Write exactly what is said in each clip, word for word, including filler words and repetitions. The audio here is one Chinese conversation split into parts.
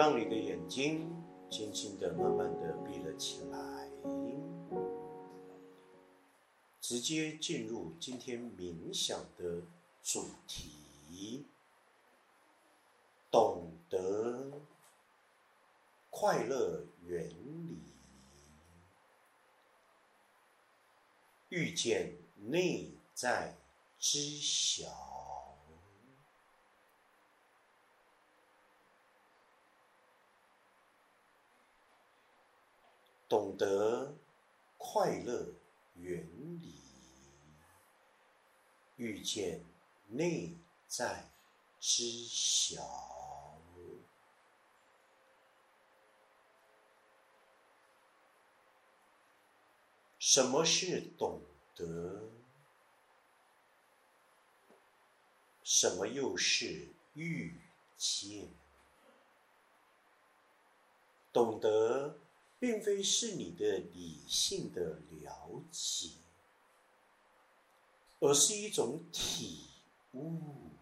让你的眼睛轻轻的、慢慢的闭了起来，直接进入今天冥想的主题：懂得快乐原理，遇见内在知晓。懂得快乐原理，遇见内在知晓。什么是懂得？什么又是遇见？懂得并非是你的理性的了解，而是一种体悟。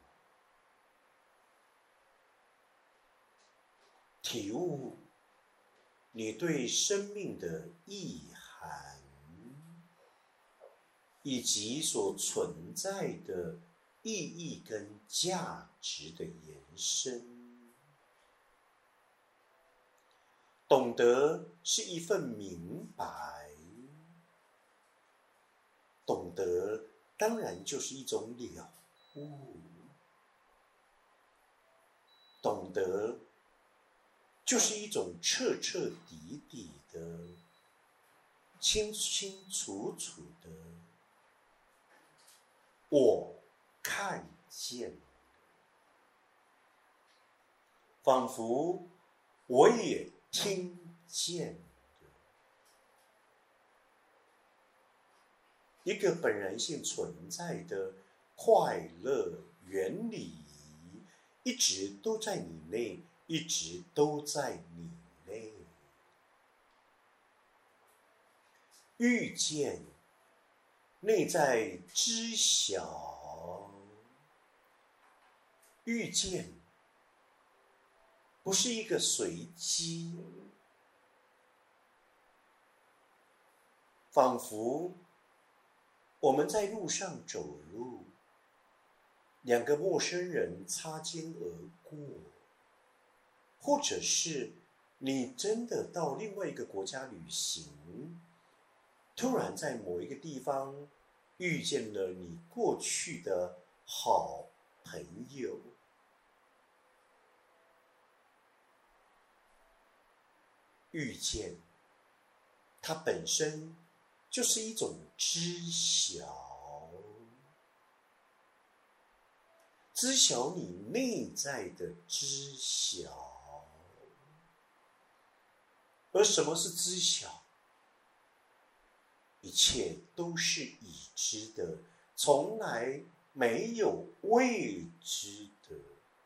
体悟你对生命的意涵，以及所存在的意义跟价值的延伸。懂得是一份明白，懂得当然就是一种了悟，懂得就是一种彻彻底底的、清清楚楚的，我看见，仿佛我也听见的一个本然性存在的快乐原理，一直都在你内，一直都在你内。遇见内在知晓，遇见不是一个随机，仿佛我们在路上走路，两个陌生人擦肩而过，或者是你真的到另外一个国家旅行，突然在某一个地方遇见了你过去的好朋友。遇见它本身就是一种知晓，知晓你内在的知晓。而什么是知晓？一切都是已知的，从来没有未知的。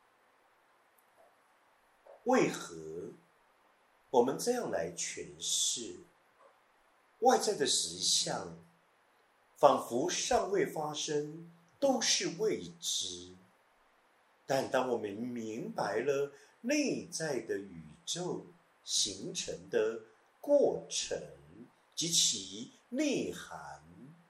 为何我们这样来诠释外在的实相，仿佛尚未发生，都是未知。但当我们明白了内在的宇宙形成的过程及其内涵，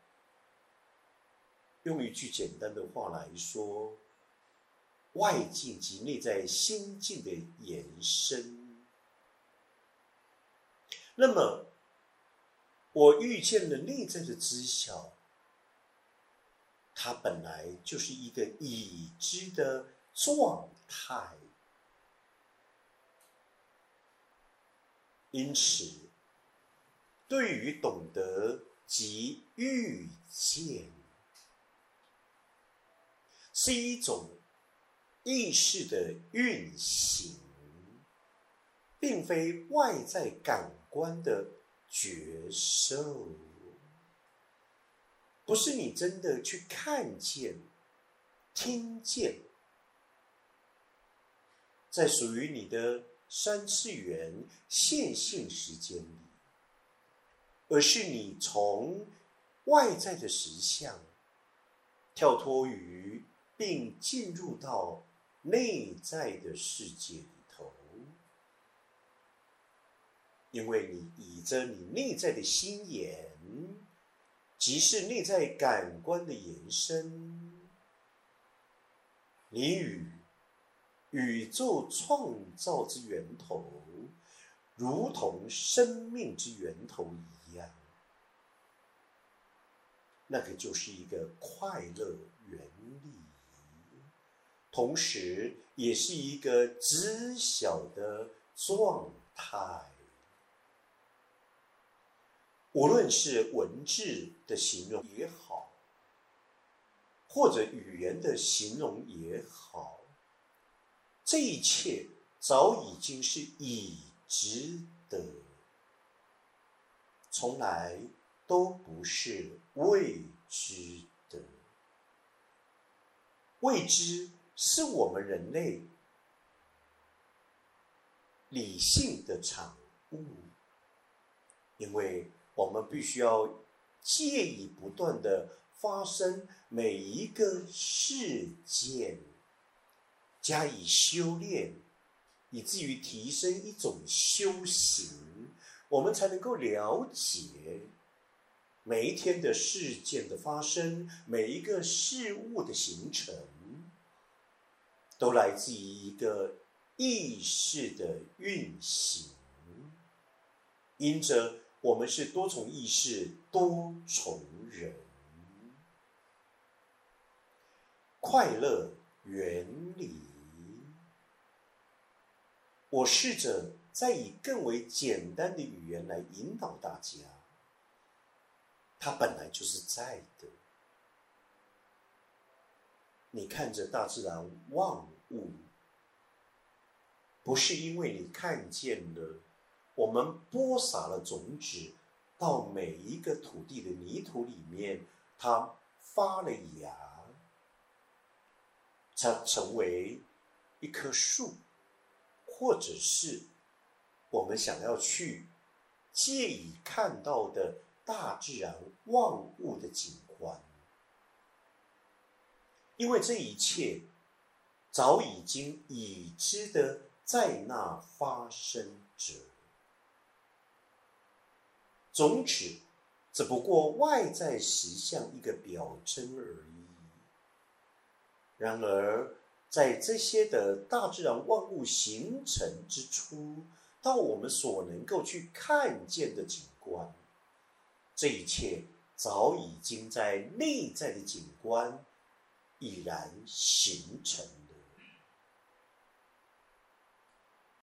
用一句简单的话来说，外境及内在心境的延伸。那么我遇见了内在的知晓，它本来就是一个已知的状态。因此对于懂得及遇见，是一种意识的运行，并非外在感官的觉受，不是你真的去看见、听见，在属于你的三次元线性时间里，而是你从外在的实相跳脱于并进入到内在的世界里头， 因为你倚着你内在的心眼，即是内在感官的延伸，你与宇宙创造之源头，如同生命之源头一样，那个就是一个快乐原理，同时也是一个知晓的状态。无论是文字的形容也好，或者语言的形容也好，这一切早已经是已知的，从来都不是未知的。未知是我们人类理性的产物，因为我们必须要借以不断的发生每一个事件，加以修炼，以至于提升一种修行，我们才能够了解每一天的事件的发生，每一个事物的形成，都来自于一个意识的运行。因着我们是多重意识多重人，快乐原理，我试着再以更为简单的语言来引导大家。它本来就是在的。你看着大自然万物，不是因为你看见了我们播撒了种子到每一个土地的泥土里面，它发了芽，它成为一棵树，或者是我们想要去借以看到的大自然万物的景观。因为这一切早已经已知的在那发生着，种子只不过外在实相一个表征而已。然而在这些的大自然万物形成之初，到我们所能够去看见的景观，这一切早已经在内在的景观已然形成。